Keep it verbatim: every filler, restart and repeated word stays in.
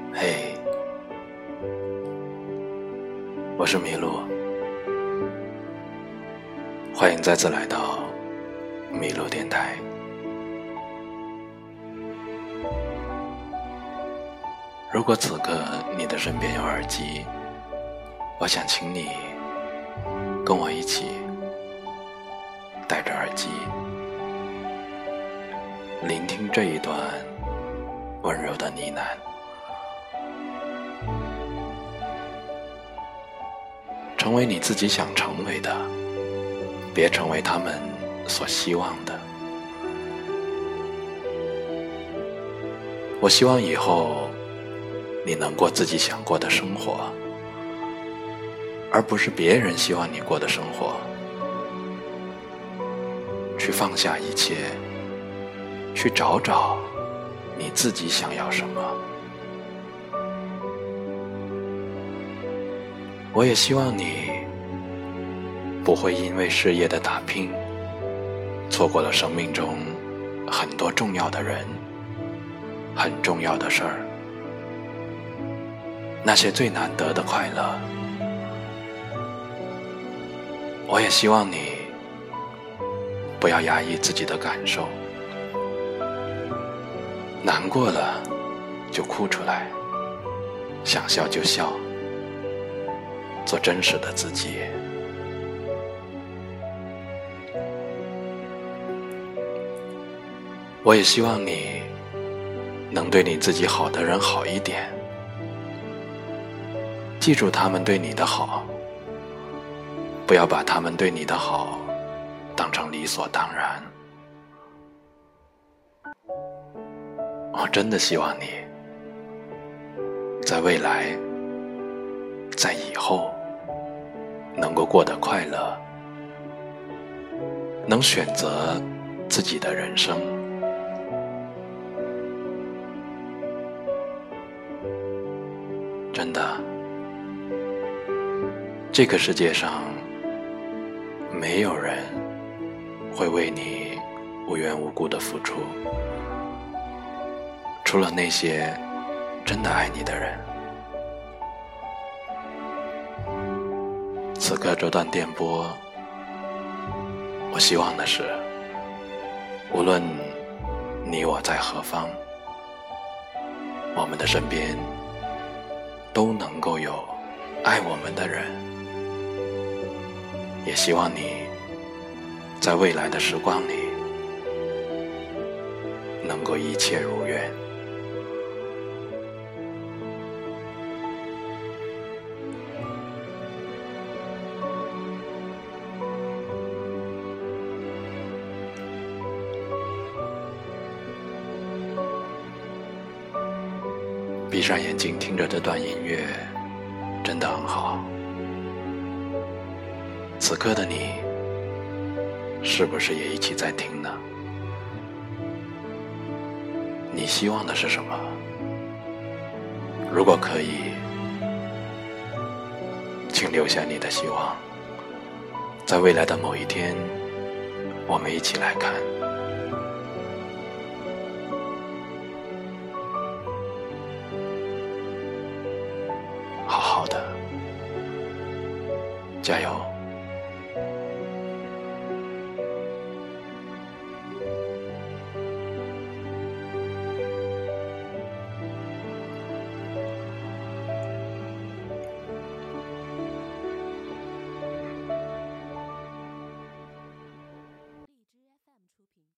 嘿，我是麋鹿，欢迎再次来到麋鹿电台。如果此刻你的身边有耳机，我想请你跟我一起戴着耳机，聆听这一段温柔的呢喃。成为你自己想成为的，别成为他们所希望的。我希望以后你能过自己想过的生活，而不是别人希望你过的生活。去放下一切，去找找你自己想要什么。我也希望你不会因为事业的打拼，错过了生命中很多重要的人，很重要的事儿，那些最难得的快乐。我也希望你不要压抑自己的感受，难过了就哭出来，想笑就笑，做真实的自己。我也希望你能对你自己好的人好一点，记住他们对你的好，不要把他们对你的好当成理所当然。我真的希望你在未来，在以后能够过得快乐，能选择自己的人生。真的，这个世界上没有人会为你无缘无故的付出，除了那些真的爱你的人。此刻这段电波，我希望的是，无论你我在何方，我们的身边都能够有爱我们的人。也希望你在未来的时光里能够一切如愿。闭上眼睛听着这段音乐，真的很好。此刻的你，是不是也一起在听呢？你希望的是什么？如果可以，请留下你的希望，在未来的某一天，我们一起来看。好好的，加油。